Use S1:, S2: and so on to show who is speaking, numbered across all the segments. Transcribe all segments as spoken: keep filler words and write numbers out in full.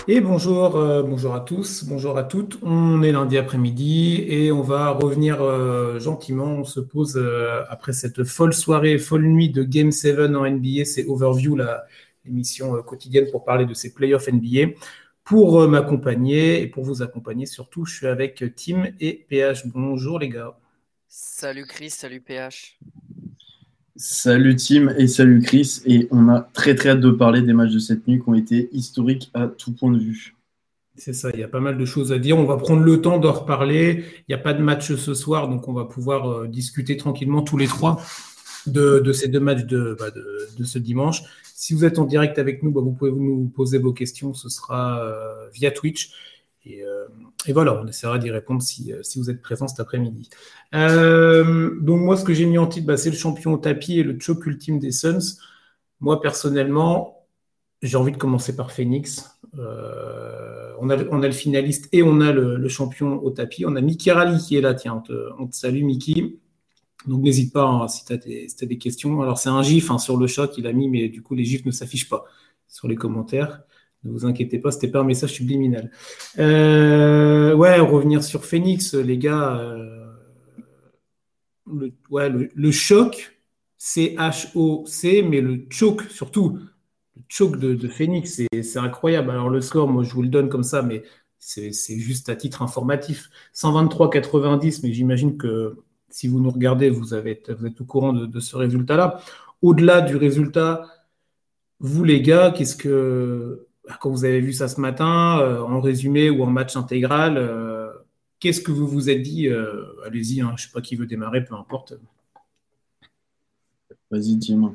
S1: Et bonjour, euh, bonjour à tous, bonjour à toutes. On est lundi après-midi et on va revenir euh, gentiment. On se pose euh, après cette folle soirée, folle nuit de Game sept en N B A. C'est Overview, la, l'émission euh, quotidienne pour parler de ces playoffs N B A. Pour euh, m'accompagner et pour vous accompagner surtout, je suis avec Tim et P H. Bonjour les gars.
S2: Salut Chris, salut P H.
S3: Salut Tim et salut Chris. Et on a très très hâte de parler des matchs de cette nuit qui ont été historiques à tout point de vue.
S1: C'est ça, il y a pas mal de choses à dire. On va prendre le temps d'en reparler. Il n'y a pas de match ce soir, donc on va pouvoir euh, discuter tranquillement tous les trois de, de ces deux matchs de, bah, de, de ce dimanche. Si vous êtes en direct avec nous, bah, vous pouvez nous poser vos questions. Ce sera euh, via Twitch. Et, euh, et voilà, on essaiera d'y répondre si, euh, si vous êtes présents cet après-midi. Euh, donc moi, ce que j'ai mis en titre, bah, c'est le champion au tapis et le choke ultime des Suns. Moi, personnellement, j'ai envie de commencer par Phoenix. Euh, on, a, on a le finaliste et on a le, le champion au tapis. On a Mickey Rally qui est là. Tiens, on te, on te salue, Mickey. Donc n'hésite pas hein, si tu as, si des questions. Alors c'est un gif hein, sur le chat qu'il a mis, mais du coup les gifs ne s'affichent pas sur les commentaires. Ne vous inquiétez pas, c'était pas un message subliminal. Euh, ouais, revenir sur Phoenix, les gars. Euh, le, ouais, le, le choc, c'est H O C, mais le choke surtout. Le choke de, de Phoenix, c'est, c'est incroyable. Alors le score, moi je vous le donne comme ça, mais c'est, c'est juste à titre informatif. cent vingt-trois à quatre-vingt-dix, mais j'imagine que si vous nous regardez, vous, avez, vous êtes au courant de, de ce résultat-là. Au-delà du résultat, vous les gars, qu'est-ce que, quand vous avez vu ça ce matin, euh, en résumé ou en match intégral, euh, qu'est-ce que vous vous êtes dit euh, allez-y, hein, je ne sais pas qui veut démarrer, peu importe.
S3: Vas-y Tim.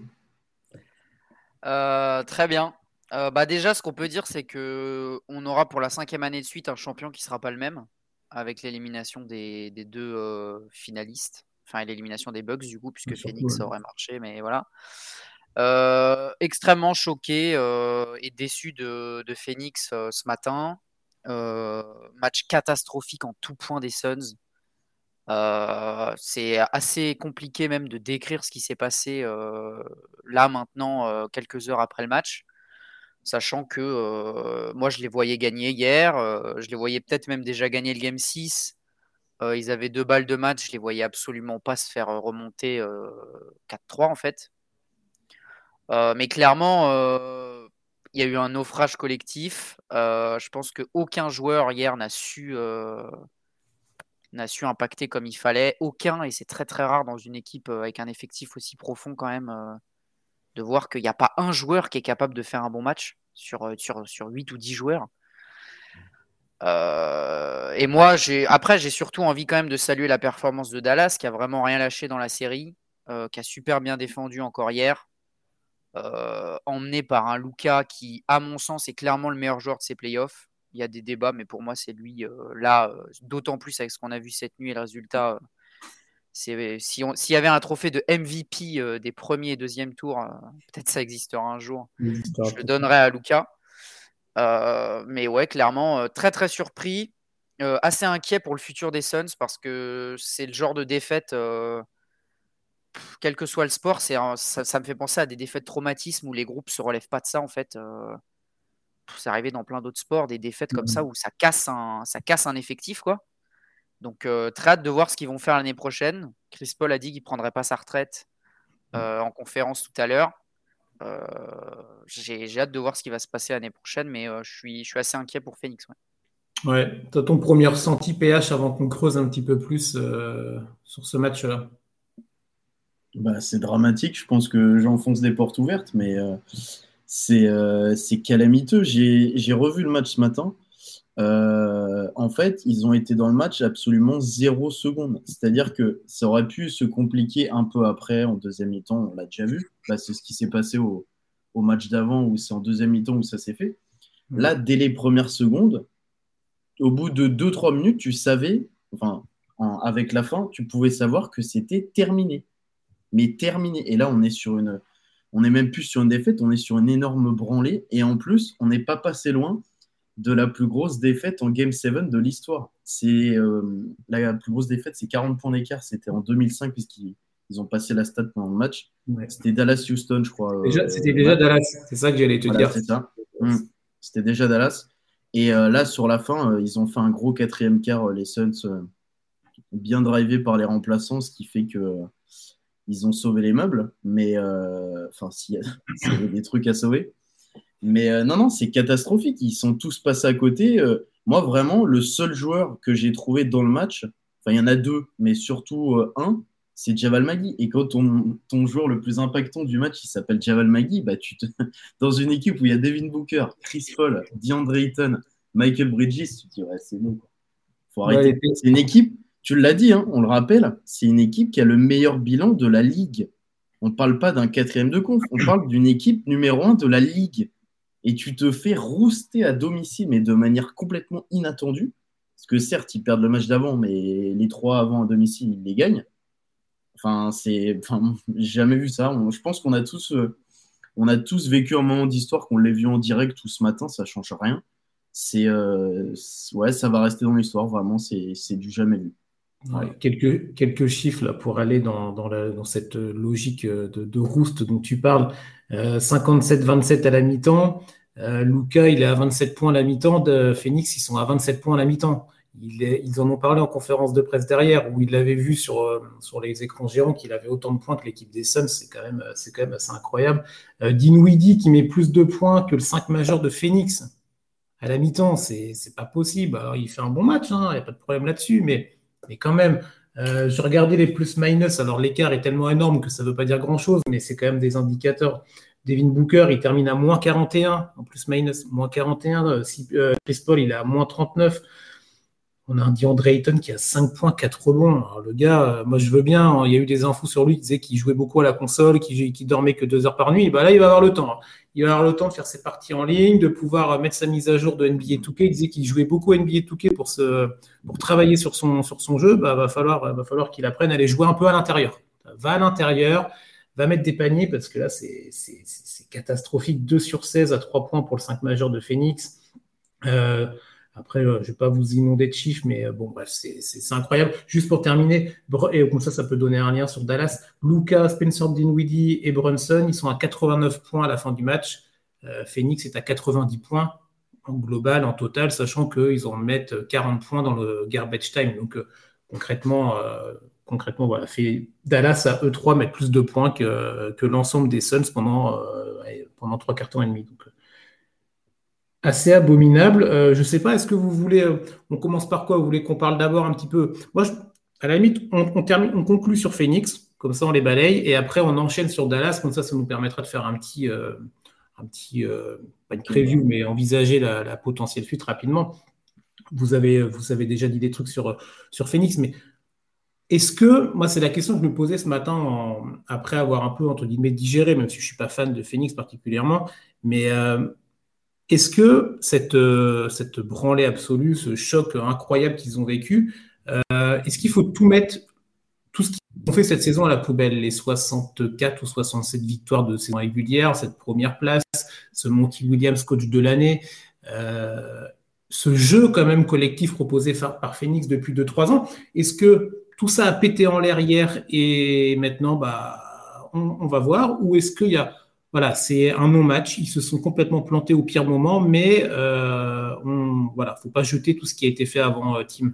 S2: Euh, très bien. Euh, bah déjà, ce qu'on peut dire, c'est que on aura pour la cinquième année de suite un champion qui sera pas le même, avec l'élimination des, des deux euh, finalistes, enfin et l'élimination des Bucks du coup, puisque
S1: Surtout, ouais.
S2: Phoenix aurait marché, mais voilà. Euh, extrêmement choqué euh, et déçu de, de Phoenix euh, ce matin. Euh, match catastrophique en tout point des Suns. Euh, c'est assez compliqué même de décrire ce qui s'est passé euh, là maintenant, euh, quelques heures après le match, sachant que euh, moi je les voyais gagner hier, euh, je les voyais peut-être même déjà gagner le Game six. Euh, ils avaient deux balles de match, je les voyais absolument pas se faire remonter euh, quatre trois en fait. Euh, mais clairement, euh, il y a eu un naufrage collectif. Euh, je pense qu'aucun joueur hier n'a su euh, n'a su impacter comme il fallait. Aucun, et c'est très très rare dans une équipe euh, avec un effectif aussi profond quand même, euh, de voir qu'il n'y a pas un joueur qui est capable de faire un bon match sur, euh, sur, sur huit ou dix joueurs. Euh, et moi, j'ai après, j'ai surtout envie quand même de saluer la performance de Dallas, qui a vraiment rien lâché dans la série, euh, qui a super bien défendu encore hier, euh, emmené par un Luka qui, à mon sens, est clairement le meilleur joueur de ces playoffs. Il y a des débats, mais pour moi, c'est lui euh, là, euh, d'autant plus avec ce qu'on a vu cette nuit et le résultat. Euh, c'est, si on, s'il y avait un trophée de M V P euh, des premiers et deuxième tours, euh, peut-être ça existera un jour. Je le donnerai à Luka. Euh, mais ouais, clairement, euh, très très surpris. Euh, assez inquiet pour le futur des Suns parce que c'est le genre de défaite, euh, pff, quel que soit le sport, c'est un- ça, ça me fait penser à des défaites traumatismes où les groupes se relèvent pas de ça en fait. Euh, pff, c'est arrivé dans plein d'autres sports, des défaites comme ça où ça casse un, ça casse un effectif quoi. Donc euh, très hâte de voir ce qu'ils vont faire l'année prochaine. Chris Paul a dit qu'il prendrait pas sa retraite euh, en conférence tout à l'heure. Euh, j'ai, j'ai hâte de voir ce qui va se passer l'année prochaine, mais euh, je suis, je suis assez inquiet pour Phoenix. Ouais.
S1: Ouais, t'as ton premier ressenti P H avant qu'on creuse un petit peu plus euh, sur ce match-là.
S3: Bah, c'est dramatique, je pense que j'enfonce des portes ouvertes, mais euh, c'est euh, c'est calamiteux. J'ai j'ai revu le match ce matin. Euh, en fait, ils ont été dans le match absolument zéro seconde. C'est-à-dire que ça aurait pu se compliquer un peu après, en deuxième mi-temps, on l'a déjà vu. Bah, c'est ce qui s'est passé au, au match d'avant, où c'est en deuxième mi-temps où ça s'est fait. Là,
S1: Mm.
S3: dès les premières secondes, au bout de deux trois minutes, tu savais, enfin, en- avec la fin, tu pouvais savoir que c'était terminé. Mais terminé. Et là, on est sur une, on est même plus sur une défaite, on est sur une énorme branlée. Et en plus, on n'est pas passé loin de la plus grosse défaite en Game sept de l'histoire. C'est euh, la plus grosse défaite, c'est quarante points d'écart. C'était en deux mille cinq puisqu'ils ils ont passé la stat pendant le match.
S1: Ouais.
S3: C'était Dallas-Houston, je crois,
S1: Déjà,
S3: euh,
S1: c'était
S3: le
S1: déjà
S3: match.
S1: Dallas, c'est ça que j'allais te
S3: Voilà,
S1: dire.
S3: c'est ça. Mm. C'était déjà Dallas. Et euh, là, sur la fin, euh, ils ont fait un gros quatrième quart, euh, les Suns, euh, bien drivés par les remplaçants, ce qui fait que euh, ils ont sauvé les meubles. Mais euh, enfin, s'il y, a- s'il y avait des trucs à sauver. Mais euh, non, non, c'est catastrophique. Ils sont tous passés à côté. Euh, moi, vraiment, le seul joueur que j'ai trouvé dans le match, enfin, il y en a deux, mais surtout euh, un, c'est Javal Magui. Et quand ton, ton joueur le plus impactant du match, il s'appelle Javal Magui, bah, tu te... dans une équipe où il y a Devin Booker, Chris Paul, DeAndre Ayton, Michael Bridges, tu te dis, ouais, c'est bon, quoi. Faut arrêter.
S1: Ouais, les-
S3: C'est une équipe, tu l'as dit, hein, on le rappelle, c'est une équipe qui a le meilleur bilan de la ligue. On ne parle pas d'un quatrième de conf, on parle d'une équipe numéro un de la ligue. Et tu te fais rouster à domicile, mais de manière complètement inattendue. Parce que certes, ils perdent le match d'avant, mais les trois avant à domicile, ils les gagnent. Enfin, c'est, enfin, j'ai jamais vu ça. On- je pense qu'on a tous, euh, on a tous vécu un moment d'histoire, qu'on l'ait vu en direct tout ce matin, ça change rien. C'est, euh, c'est- ouais, ça va rester dans l'histoire, vraiment, c'est, c'est du jamais vu.
S1: ouais,
S3: Voilà.
S1: quelques, quelques chiffres là, pour aller dans, dans, la- dans cette logique euh, de, de roost dont tu parles. Euh, cinquante-sept vingt-sept à la mi-temps. Euh, Luka, il est à vingt-sept points à la mi-temps. De Phoenix, ils sont à vingt-sept points à la mi-temps. Il est- ils en ont parlé en conférence de presse derrière, où il l'avait vu sur, euh, sur les écrans géants qu'il avait autant de points que l'équipe des Suns. C'est quand même, c'est quand même assez incroyable. Euh, Dinwiddie qui met plus de points que le cinq majeur de Phoenix à la mi-temps, c'est c'est pas possible. Alors, il fait un bon match, hein, il n'y a pas de problème là-dessus, mais, mais quand même, euh, je regardais les plus-minus. Alors, l'écart est tellement énorme que ça ne veut pas dire grand-chose, mais c'est quand même des indicateurs. Devin Booker, il termine à moins quarante et un en plus-minus, moins quarante et un. Euh, si, euh, Chris Paul, il est à moins trente-neuf. On a un DeAndre Ayton qui a cinq points, quatre rebonds. Alors, le gars, euh, moi je veux bien, hein, il y a eu des infos sur lui qui disaient qu'il jouait beaucoup à la console, qu'il qu'il dormait que deux heures par nuit. Et ben là, il va avoir le temps, hein. Il va avoir le temps de faire ses parties en ligne, de pouvoir euh, mettre sa mise à jour de N B A deux K. Il disait qu'il jouait beaucoup à N B A deux K pour, se, pour travailler sur son, sur son jeu. Bah, va falloir, va falloir qu'il apprenne à aller jouer un peu à l'intérieur. Va à l'intérieur, va mettre des paniers parce que là, c'est c'est- c'est- c'est catastrophique. deux sur seize à trois points pour le cinq majeur de Phoenix. Euh, après, euh, je ne vais pas vous inonder de chiffres, mais euh, bon, bref, c'est c'est- c'est incroyable. Juste pour terminer, Br- et comme ça, ça peut donner un lien sur Dallas. Luka, Spencer Dinwiddie et Brunson, ils sont à quatre-vingt-neuf points à la fin du match. Euh, Phoenix est à quatre-vingt-dix points en global, en total, sachant qu'ils en mettent quarante points dans le garbage time. Donc, euh, concrètement, euh, concrètement, voilà, fait, Dallas à eux trois mettent plus de points que, que l'ensemble des Suns pendant, euh, pendant trois quarts et demi. Donc, assez abominable. Euh, je sais pas, est-ce que vous voulez, euh, on commence par quoi? Vous voulez qu'on parle d'abord un petit peu? Moi, je- à la limite, on, on termine, on conclut sur Phoenix, comme ça on les balaye, et après on enchaîne sur Dallas, comme ça ça nous permettra de faire un petit, euh, un petit, euh, pas une
S3: Ok.
S1: preview, mais envisager la, la potentielle suite rapidement. Vous avez, vous avez déjà dit des trucs sur, sur Phoenix, mais est-ce que, moi c'est la question que je me posais ce matin en- après avoir un peu, entre guillemets, digéré, même si je suis pas fan de Phoenix particulièrement, mais euh, est-ce que cette, euh, cette branlée absolue, ce choc incroyable qu'ils ont vécu, euh, est-ce qu'il faut tout mettre, tout ce qu'ils ont fait cette saison à la poubelle, les soixante-quatre ou soixante-sept victoires de saison régulière, cette première place, ce Monty Williams coach de l'année, euh, ce jeu quand même collectif proposé par, par Phoenix depuis deux trois ans, est-ce que tout ça a pété en l'air hier et maintenant bah, on, on va voir, ou est-ce qu'il y a voilà, c'est un non-match. Ils se sont complètement plantés au pire moment, mais euh, on, voilà, faut pas jeter tout ce qui a été fait avant, euh, Team.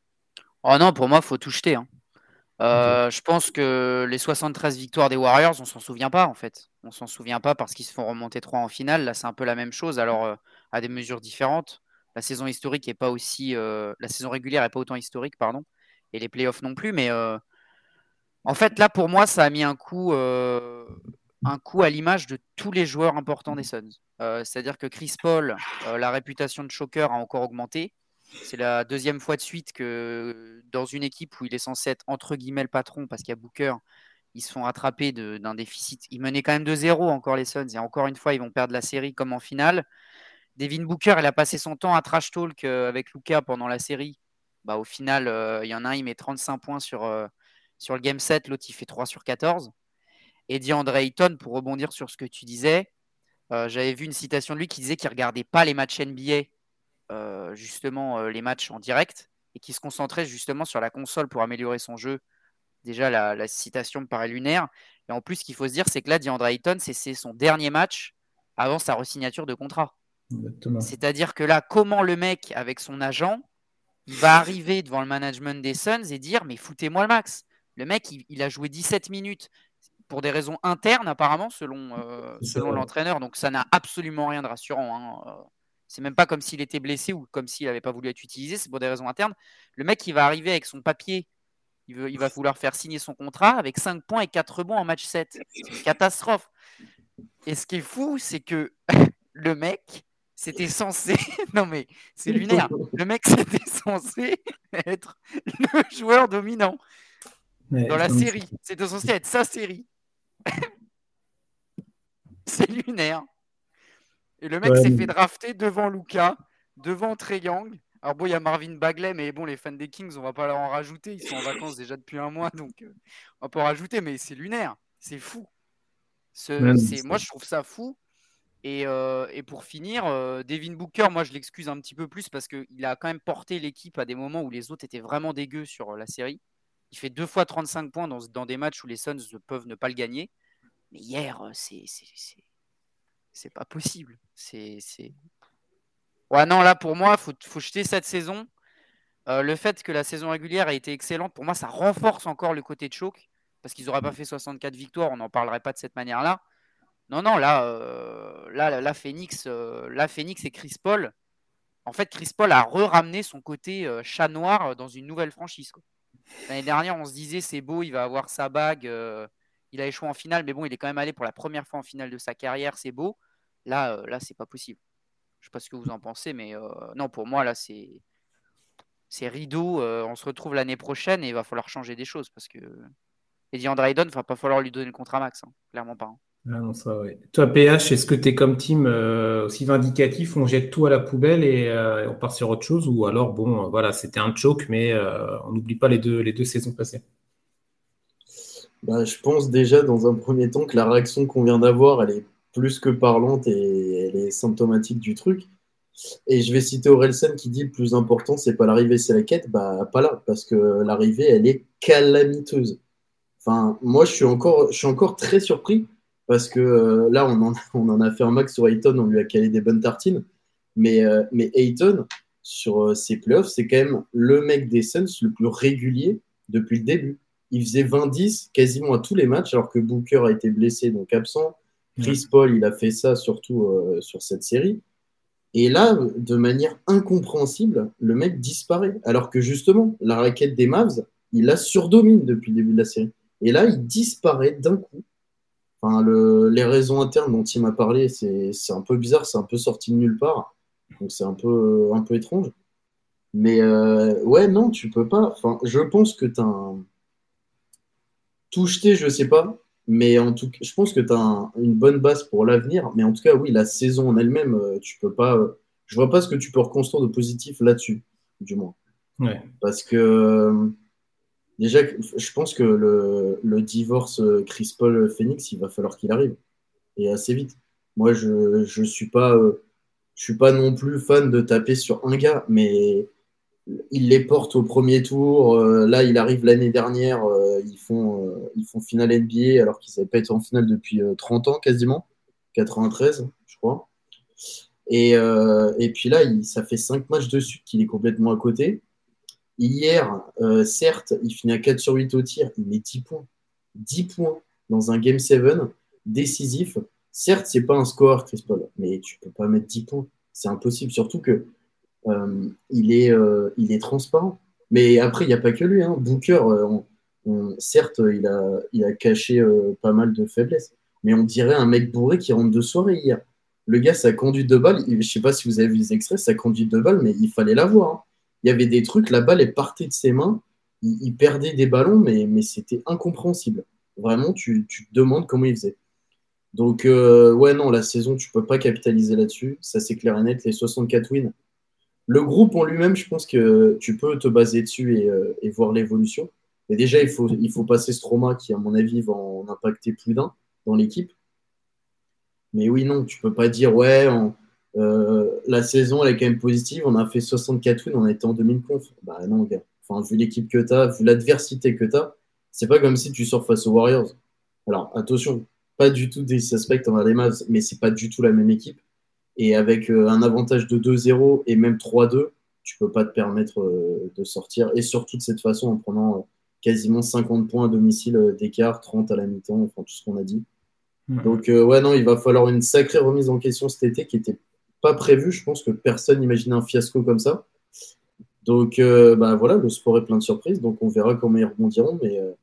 S2: Oh non, pour moi, il faut tout jeter, hein.
S1: Ok.
S2: Euh, je pense que les soixante-treize victoires des Warriors, on s'en souvient pas en fait. On s'en souvient pas parce qu'ils se font remonter trois en finale. Là, c'est un peu la même chose, alors euh, à des mesures différentes. La saison historique est pas aussi, euh, la saison régulière est pas autant historique, pardon, et les playoffs non plus. Mais euh, en fait, là, pour moi, ça a mis un coup, euh, un coup à l'image de tous les joueurs importants des Suns. Euh, c'est-à-dire que Chris Paul, euh, la réputation de choker a encore augmenté. C'est la deuxième fois de suite que dans une équipe où il est censé être entre guillemets le patron, parce qu'il y a Booker, ils se font rattraper de, d'un déficit. Ils menaient quand même deux zéro encore les Suns, et encore une fois, ils vont perdre la série comme en finale. Devin Booker, il a passé son temps à trash talk euh, avec Luka pendant la série. Bah, au final, euh, il y en a un, il met trente-cinq points sur, euh, sur le game set, l'autre, il fait trois sur quatorze. Et DeAndre Ayton, pour rebondir sur ce que tu disais, euh, j'avais vu une citation de lui qui disait qu'il ne regardait pas les matchs N B A, euh, justement euh, les matchs en direct, et qui se concentrait justement sur la console pour améliorer son jeu. Déjà, la, la citation me paraît lunaire. Et en plus, ce qu'il faut se dire, c'est que là, DeAndre Ayton, c'est, c'est son dernier match avant sa resignature de contrat.
S1: Exactement.
S2: C'est-à-dire que là, comment le mec, avec son agent, il va arriver devant le management des Suns et dire mais foutez-moi le max. Le mec, il, il a joué dix-sept minutes pour des raisons internes apparemment, selon, euh,
S1: C'est ça,
S2: selon
S1: ouais.
S2: l'entraîneur. Donc ça n'a absolument rien de rassurant. Hein. Euh, C'est même pas comme s'il était blessé ou comme s'il n'avait pas voulu être utilisé, c'est pour des raisons internes. Le mec, il va arriver avec son papier, il, veut, il va vouloir faire signer son contrat avec cinq points et quatre rebonds en match sept. C'est une catastrophe. Et ce qui est fou, c'est que le mec, c'était censé. Non, mais c'est lunaire. Le mec, c'était censé être le joueur dominant
S1: Ouais,
S2: dans la
S1: donc,
S2: série. C'était censé être sa série. C'est lunaire. Et le mec
S1: ouais,
S2: s'est
S1: mais-
S2: fait drafter devant Luka, devant Trae Young. Alors bon, il y a Marvin Bagley, mais bon, les fans des Kings, on va pas leur en rajouter. Ils sont en vacances déjà depuis un mois, donc euh, on va pas en rajouter, mais c'est lunaire. C'est fou. Ce,
S1: ouais,
S2: c'est, moi, je trouve ça fou. Et, euh, et pour finir, euh, Devin Booker, moi je l'excuse un petit peu plus parce qu'il a quand même porté l'équipe à des moments où les autres étaient vraiment dégueux sur euh, la série. Il fait deux fois trente-cinq points dans, dans des matchs où les Suns peuvent ne pas le gagner. Mais hier, euh, c'est, c'est, c'est, c'est pas possible. C'est, c'est... Ouais, non, là pour moi, il faut, faut jeter cette saison. Euh, le fait que la saison régulière a été excellente, pour moi, ça renforce encore le côté de choc. Parce qu'ils n'auraient pas fait soixante-quatre victoires, on n'en parlerait pas de cette manière-là. Non, non, là, euh, là, là, Phoenix, euh, là, Phoenix et Chris Paul. En fait, Chris Paul a re-ramené son côté euh, chat noir dans une nouvelle franchise. Quoi. L'année dernière, on se disait c'est beau, il va avoir sa bague. Euh, il a échoué en finale, mais bon, il est quand même allé pour la première fois en finale de sa carrière, c'est beau. Là, euh, là, c'est pas possible. Je sais pas ce que vous en pensez, mais euh, non, pour moi, là, c'est, c'est rideau. Euh, on se retrouve l'année prochaine et il va falloir changer des choses parce que Eddie Andreydon, il va pas falloir lui donner le contrat max, hein, clairement pas. Hein.
S1: ah non, ça, ouais. Toi, P H, est-ce que tu es comme team euh, aussi vindicatif, on jette tout à la poubelle et, euh, et on part sur autre chose, ou alors, bon, euh, voilà, c'était un choke, mais euh, on n'oublie pas les deux, les deux saisons passées.
S3: Bah, je pense déjà dans un premier temps que la réaction qu'on vient d'avoir, elle est plus que parlante et elle est symptomatique du truc. Et je vais citer Orelsan qui dit le plus important, c'est pas l'arrivée, c'est la quête. Bah, pas là, parce que l'arrivée, elle est calamiteuse. Enfin, moi, je suis encore, je suis encore très surpris parce que euh, là, on en, on en a fait un max sur Ayton, on lui a calé des bonnes tartines. Mais, euh, mais Ayton, sur euh, ses playoffs, c'est quand même le mec des Suns le plus régulier depuis le début. Il faisait vingt dix quasiment à tous les matchs, alors que Booker a été blessé, donc absent. Chris
S1: Ouais.
S3: Paul, il a fait ça surtout euh, sur cette série. Et là, de manière incompréhensible, le mec disparaît. Alors que justement, la raquette des Mavs, il la surdomine depuis le début de la série. Et là, il disparaît d'un coup. Enfin, le, les raisons internes dont il m'a parlé, c'est, c'est un peu bizarre, c'est un peu sorti de nulle part. Donc c'est un peu, un peu étrange. Mais euh, ouais, non, tu peux pas. Enfin, je pense que tu as un... tout jeté, je sais pas. Mais en tout cas, je pense que tu as un- une bonne base pour l'avenir. Mais en tout cas, oui, la saison en elle-même, euh, tu peux pas. euh, je vois pas ce que tu peux reconstruire de positif là-dessus, du moins.
S1: Ouais.
S3: Parce que euh, déjà, je pense que le, le divorce euh, Chris Paul-Phoenix, il va falloir qu'il arrive. Et assez vite. Moi, je je suis pas, euh, je suis pas non plus fan de taper sur un gars, mais il les porte au premier tour. Euh, là, il arrive l'année dernière, euh, ils font, euh, ils font finale N B A alors qu'ils n'avaient pas été en finale depuis euh, trente ans quasiment, quatre-vingt-treize, je crois. Et, euh, et puis là, il, ça fait cinq matchs de suite qu'il est complètement à côté. Hier, euh, certes, il finit à quatre sur huit au tir, il met dix points. dix points dans un Game sept décisif. Certes, c'est pas un score, Chris Paul, mais tu peux pas mettre dix points. C'est impossible, surtout que euh, il, est, euh, il est transparent. Mais après, il n'y a pas que lui. Hein. Booker, euh, on- on- certes, il a, il a caché euh, pas mal de faiblesses, mais on dirait un mec bourré qui rentre de soirée hier. Le gars, sa conduite de balle, il- je ne sais pas si vous avez vu les extraits, sa conduite de balle, mais il fallait la voir. Hein. Il y avait des trucs, la balle, elle partait de ses mains, il, il perdait des ballons, mais, mais c'était incompréhensible. Vraiment, tu, tu te demandes comment il faisait. Donc, euh, ouais, non, la saison, tu peux pas capitaliser là-dessus. Ça, c'est clair et net. Les soixante-quatre wins, le groupe en lui-même, je pense que tu peux te baser dessus et, euh, et voir l'évolution. Mais déjà, il faut, il faut passer ce trauma qui, à mon avis, va en impacter plus d'un dans l'équipe. Mais oui, non, tu peux pas dire, ouais, on- euh, la saison, elle est quand même positive, on a fait soixante-quatre wins, on a été en demi-conf. Bah non, gars. Enfin, vu l'équipe que tu as, vu l'adversité que tu as, c'est pas comme si tu sors face aux Warriors. Alors, attention, pas du tout des suspects envers les Mavs, mais c'est pas du tout la même équipe. Et avec euh, un avantage de deux zéro et même trois deux, tu peux pas te permettre euh, de sortir. Et surtout de cette façon, en prenant euh, quasiment cinquante points à domicile euh, d'écart, trente à la mi-temps, enfin tout ce qu'on a dit.
S1: Mhm.
S3: Donc, euh, ouais, non, il va falloir une sacrée remise en question cet été qui n'était pas prévue. Je pense que personne n'imaginait un fiasco comme ça. Donc, euh, bah, voilà, le sport est plein de surprises. Donc, on verra comment ils rebondiront. Mais euh,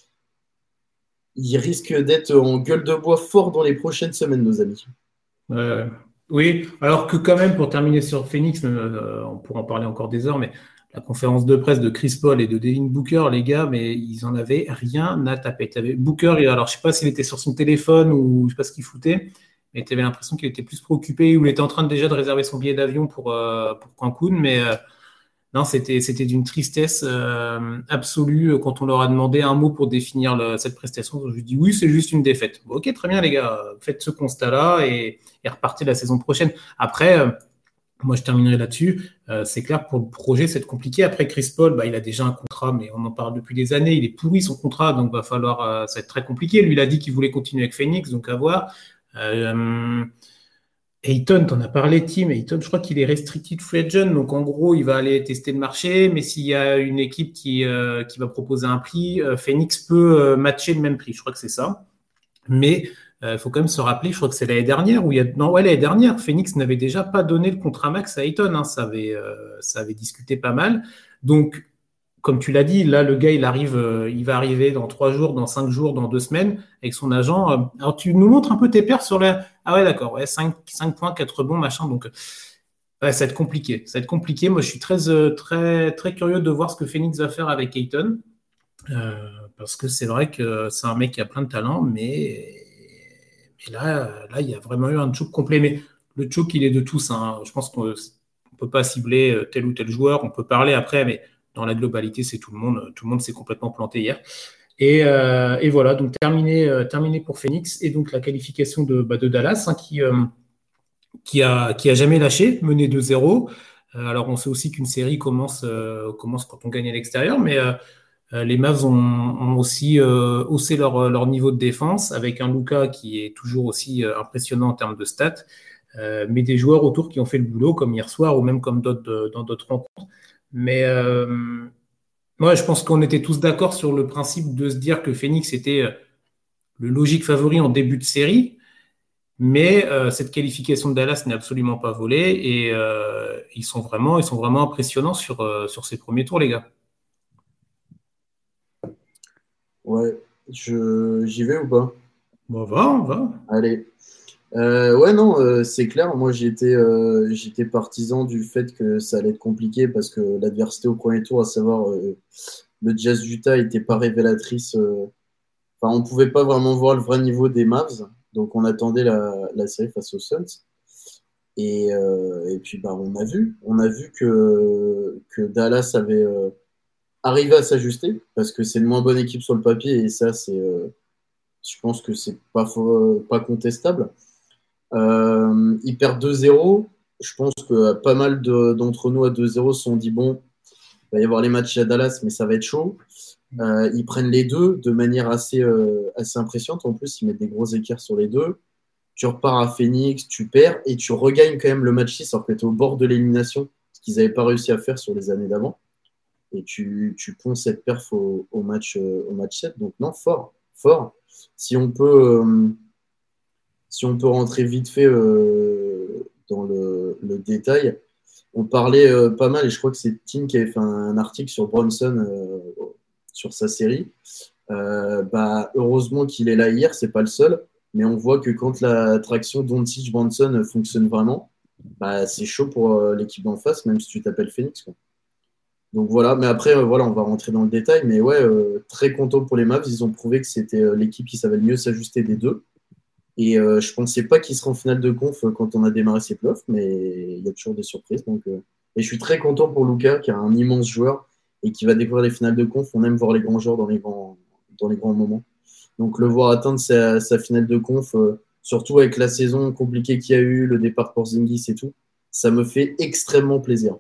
S3: ils risquent d'être en gueule de bois fort dans les prochaines semaines, nos amis.
S1: Euh, oui, alors que quand même, pour terminer sur Phoenix, euh, on pourra en parler encore des heures, mais la conférence de presse de Chris Paul et de Devin Booker, les gars, mais ils en avaient rien à taper. T'avais Booker, et alors je sais pas s'il était sur son téléphone ou je sais pas ce qu'il foutait, mais tu avais l'impression qu'il était plus préoccupé ou il était en train de, déjà de réserver son billet d'avion pour, euh, pour Cancun, mais euh, non, c'était c'était d'une tristesse euh, absolue quand on leur a demandé un mot pour définir le- cette prestation. Je lui dis oui, c'est juste une défaite. Bon, ok, très bien les gars, faites ce constat-là et, et repartez la saison prochaine. Après, euh, moi je terminerai là-dessus. Euh, c'est clair pour le projet, c'est compliqué. Après Chris Paul, bah, il a déjà un contrat, mais on en parle depuis des années. Il est pourri son contrat, donc va falloir, euh, ça va être très compliqué. Lui, il a dit qu'il voulait continuer avec Phoenix, donc à voir. Euh, Ayton, t'en as parlé, Tim. Ayton, je crois qu'il est restricted free agent, donc en gros, il va aller tester le marché. Mais s'il y a une équipe qui, euh, qui va proposer un prix, euh, Phoenix peut euh, matcher le même prix. Je crois que c'est ça. Mais il euh, faut quand même se rappeler, je crois que c'est l'année dernière où il y a non ouais l'année dernière, Phoenix n'avait déjà pas donné le contrat max à Ayton. Hein, ça avait euh, ça avait discuté pas mal. Donc comme tu l'as dit, là, le gars, il arrive, euh, il va arriver dans trois jours, dans cinq jours, dans deux semaines, avec son agent. Euh, alors, tu nous montres un peu tes pertes sur la. Ah ouais, d'accord, ouais, cinq, cinq points, quatre rebonds, machin. Donc, euh, ouais, ça va être compliqué. Ça va être compliqué. Moi, je suis très, euh, très, très curieux de voir ce que Phoenix va faire avec Ayton. Euh, parce que c'est vrai que c'est un mec qui a plein de talent, mais, mais là, là, il y a vraiment eu un choke complet. Mais le choke, il est de tous. Hein. Je pense qu'on ne peut pas cibler euh, tel ou tel joueur. On peut parler après, mais dans la globalité, c'est tout le monde. Tout le monde s'est complètement planté hier. Et, euh, et voilà, donc terminé, euh, terminé pour Phoenix. Et donc la qualification de, bah, de Dallas, hein, qui, euh, qui, a, qui a jamais lâché, mené deux zéro. Euh, alors on sait aussi qu'une série commence, euh, commence quand on gagne à l'extérieur, mais euh, euh, les Mavs ont, ont aussi euh, haussé leur, leur niveau de défense avec un Luka qui est toujours aussi euh, impressionnant en termes de stats, euh, mais des joueurs autour qui ont fait le boulot, comme hier soir ou même comme d'autres, dans d'autres rencontres. Mais euh, ouais, je pense qu'on était tous d'accord sur le principe de se dire que Phoenix était euh, le logique favori en début de série, mais euh, cette qualification de Dallas n'est absolument pas volée et euh, ils sont vraiment, ils sont vraiment impressionnants sur, euh, sur ces premiers tours, les gars.
S3: Ouais, je... j'y vais ou pas?
S1: Bon, on va, on va.
S3: Allez. Euh, ouais, non, euh, c'est clair. Moi, j'étais euh, j'étais partisan du fait que ça allait être compliqué parce que l'adversité au premier tour, à savoir euh, le Jazz Utah, n'était pas révélatrice. euh, Enfin, on ne pouvait pas vraiment voir le vrai niveau des Mavs. Donc, on attendait la, la série face aux Suns. Et, euh, et puis, bah, on a vu. On a vu que, que Dallas avait euh, arrivé à s'ajuster parce que c'est une moins bonne équipe sur le papier. Et ça, c'est, euh, je pense que c'est pas, faux- pas contestable. Euh, ils perdent deux zéro. Je pense que pas mal de- d'entre nous à deux zéro se sont dit bon, il va y avoir les matchs à Dallas, mais ça va être chaud. Euh, ils prennent les deux de manière assez, euh, assez impressionnante. En plus, ils mettent des gros écarts sur les deux. Tu repars à Phoenix, tu perds et tu regagnes quand même le match six alors que tu es au bord de l'élimination, ce qu'ils n'avaient pas réussi à faire sur les années d'avant. Et tu, tu ponds cette perf au, au match, euh, au match sept. Donc, non, fort, fort. Si on peut. Euh, si on peut rentrer vite fait euh, dans le, le détail, on parlait euh, pas mal, et je crois que c'est Tim qui avait fait un, un article sur Bronson, euh, sur sa série. Euh, bah, heureusement qu'il est là hier, c'est pas le seul, mais on voit que quand la traction Doncic-Bronson fonctionne vraiment, bah, c'est chaud pour euh, l'équipe d'en face, même si tu t'appelles Phoenix, quoi. Donc voilà, mais après, euh, voilà, on va rentrer dans le détail, mais ouais, euh, très content pour les Mavs, ils ont prouvé que c'était euh, l'équipe qui savait le mieux s'ajuster des deux. Et euh, je ne pensais pas qu'il serait en finale de conf euh, quand on a démarré ces playoffs, mais il y a toujours des surprises. Donc, euh, Et je suis très content pour Luka, qui est un immense joueur et qui va découvrir les finales de conf. On aime voir les grands joueurs dans les grands, dans les grands moments. Donc le voir atteindre sa, sa finale de conf, euh, surtout avec la saison compliquée qu'il y a eu, le départ de Porzingis et tout, ça me fait extrêmement plaisir.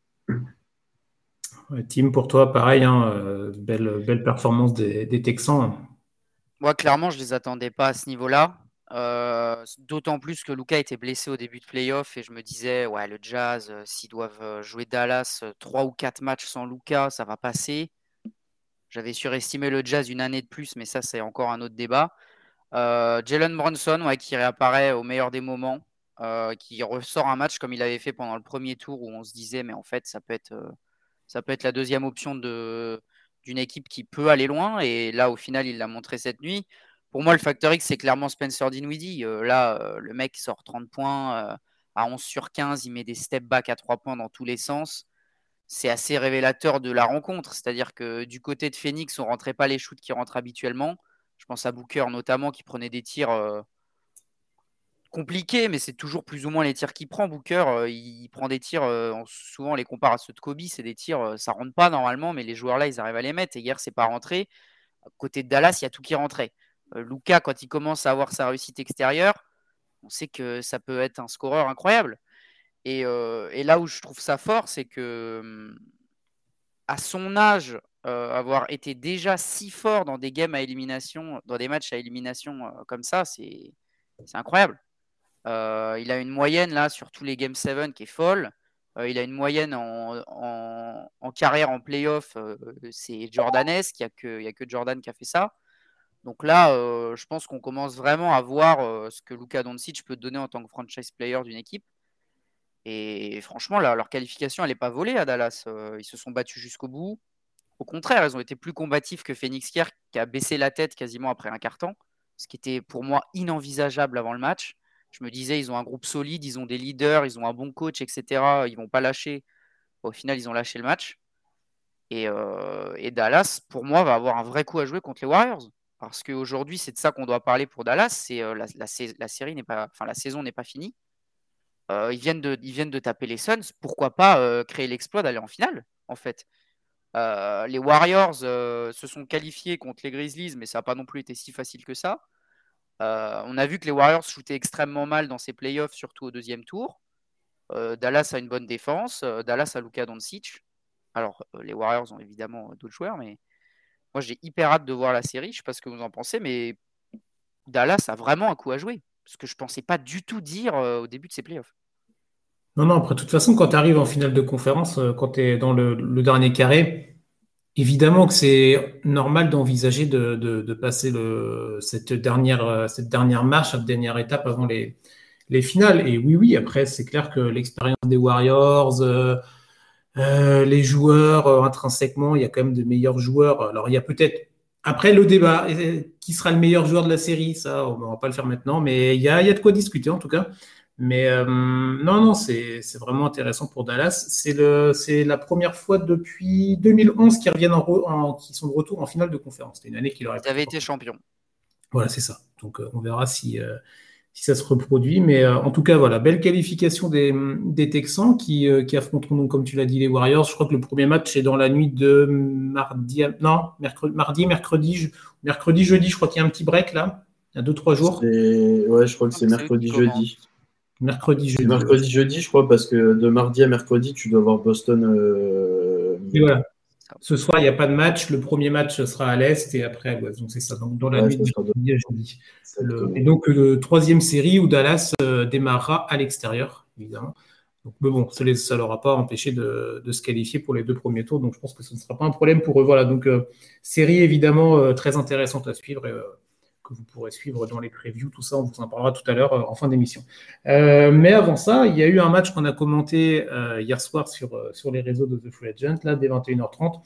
S1: Ouais, Tim, pour toi, pareil, hein, euh, belle, belle performance des, des Texans.
S2: Moi, clairement, je ne les attendais pas à ce niveau-là. Euh, d'autant plus que Luka était blessé au début de playoff et je me disais, ouais, le Jazz, euh, s'ils doivent euh, jouer Dallas euh, trois ou quatre matchs sans Luka, ça va passer. J'avais surestimé le Jazz une année de plus, mais ça, c'est encore un autre débat. Euh, Jalen Brunson, ouais, qui réapparaît au meilleur des moments, euh, qui ressort un match comme il avait fait pendant le premier tour où on se disait, mais en fait, ça peut être, euh, ça peut être la deuxième option de, d'une équipe qui peut aller loin. Et là, au final, il l'a montré cette nuit. Pour moi, le facteur X, c'est clairement Spencer Dinwiddie. Euh, là, euh, le mec sort trente points euh, à onze sur quinze. Il met des step back à trois points dans tous les sens. C'est assez révélateur de la rencontre. C'est-à-dire que du côté de Phoenix, on ne rentrait pas les shoots qui rentrent habituellement. Je pense à Booker notamment qui prenait des tirs euh, compliqués, mais c'est toujours plus ou moins les tirs qu'il prend. Booker, euh, il prend des tirs, euh, on- souvent on les compare à ceux de Kobe, c'est des tirs, euh, ça rentre pas normalement, mais les joueurs là, ils arrivent à les mettre. Et hier, c'est pas rentré. Côté de Dallas, il y a tout qui rentrait. Euh, Luka, quand il commence à avoir sa réussite extérieure, on sait que ça peut être un scoreur incroyable. Et, euh, et là où je trouve ça fort, c'est que hum, à son âge, euh, avoir été déjà si fort dans des games à élimination, dans des matchs à élimination euh, comme ça, c'est c'est incroyable. Euh, il a une moyenne là sur tous les Game sept qui est folle. Euh, il a une moyenne en, en, en carrière en playoff, euh, c'est jordanesque. Il n'y a, que, il y a que Jordan qui a fait ça. Donc là, euh, je pense qu'on commence vraiment à voir euh, ce que Luka Doncic peut donner en tant que franchise player d'une équipe. Et franchement, là, leur qualification, elle n'est pas volée à Dallas. Euh, ils se sont battus jusqu'au bout. Au contraire, ils ont été plus combatifs que Phoenix hier, qui a baissé la tête quasiment après un quart-temps, ce qui était pour moi inenvisageable avant le match. Je me disais, ils ont un groupe solide, ils ont des leaders, ils ont un bon coach, et cetera. Ils vont pas lâcher. Au final, ils ont lâché le match. Et, euh, et Dallas, pour moi, va avoir un vrai coup à jouer contre les Warriors. Parce qu'aujourd'hui, c'est de ça qu'on doit parler pour Dallas. C'est euh, la, la, la, série n'est pas, enfin, la saison n'est pas finie. Euh, ils, viennent de, ils viennent de taper les Suns. Pourquoi pas euh, créer l'exploit d'aller en finale, en fait. Euh, les Warriors euh, se sont qualifiés contre les Grizzlies, mais ça n'a pas non plus été si facile que ça. Euh, on a vu que les Warriors shootaient extrêmement mal dans ces playoffs, surtout au deuxième tour. Euh, Dallas a une bonne défense. Euh, Dallas a Luka Doncic. Alors, euh, les Warriors ont évidemment euh, d'autres joueurs, mais moi, j'ai hyper hâte de voir la série. Je ne sais pas ce que vous en pensez, mais Dallas a vraiment un coup à jouer. Ce que je ne pensais pas du tout dire euh, au début de ces playoffs.
S1: Non, non, après, de toute façon, quand tu arrives en finale de conférence, euh, quand tu es dans le, le dernier carré, évidemment que c'est normal d'envisager de, de, de passer le, cette, dernière, euh, cette dernière marche, cette dernière étape avant les, les finales. Et oui, oui, après, c'est clair que l'expérience des Warriors, euh, euh, les joueurs, euh, intrinsèquement, il y a quand même de meilleurs joueurs. Alors, il y a peut-être, après le débat, euh, qui sera le meilleur joueur de la série, ça, on ne va pas le faire maintenant, mais il y a, il y a de quoi discuter en tout cas. Mais euh, non, non, c'est c'est vraiment intéressant pour Dallas. C'est le c'est la première fois depuis deux mille onze qu'ils reviennent en, re- en qui sont de retour en finale de conférence. C'était une année qu'il aurait
S2: Ils avaient été champions.
S1: Voilà, c'est ça. Donc euh, on verra si euh, si ça se reproduit. Mais euh, en tout cas, voilà, belle qualification des, des Texans qui euh, qui affronteront donc, comme tu l'as dit, les Warriors. Je crois que le premier match est dans la nuit de mardi, à- non, mercredi, mardi, mercredi, je- mercredi, jeudi. Je crois qu'il y a un petit break là. Il y a deux trois jours.
S3: C'est- Ouais, je crois que
S2: Ah,
S3: c'est
S2: mais c'est eux qui
S3: mercredi, jeudi.
S1: Mercredi,
S3: C'est
S1: jeudi. ouais.
S3: mercredi, jeudi, je crois, parce que de mardi à mercredi, tu dois voir Boston. euh,
S1: Et voilà. Ce soir, il n'y a pas de match. Le premier match sera à l'Est et après à l'Ouest. Donc, c'est ça. Donc, dans la
S3: Ouais,
S1: nuit
S3: ça
S1: de
S3: sera de-
S1: mercredi à jeudi. Le-
S3: Exactement.
S1: Et donc, le troisième série où Dallas euh, démarrera à l'extérieur, évidemment. Donc, mais bon, ça ne leur a pas empêché de, de se qualifier pour les deux premiers tours. Donc, je pense que ce ne sera pas un problème pour eux. Voilà. Donc, euh, série évidemment euh, très intéressante à suivre et euh, que vous pourrez suivre dans les previews. Tout ça, on vous en parlera tout à l'heure euh, en fin d'émission. Euh, mais avant ça, il y a eu un match qu'on a commenté euh, hier soir sur, euh, sur les réseaux de The Free Agent, là, dès vingt et une heures trente.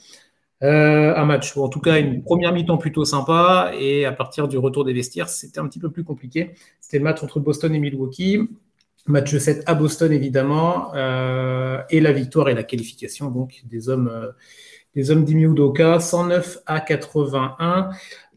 S1: Euh, un match, ou en tout cas une première mi-temps plutôt sympa, et à partir du retour des vestiaires, c'était un petit peu plus compliqué. C'était le match entre Boston et Milwaukee, match sept à Boston évidemment, euh, et la victoire et la qualification donc des hommes, euh, des hommes d'Imi Udoka, cent neuf à quatre-vingt-un.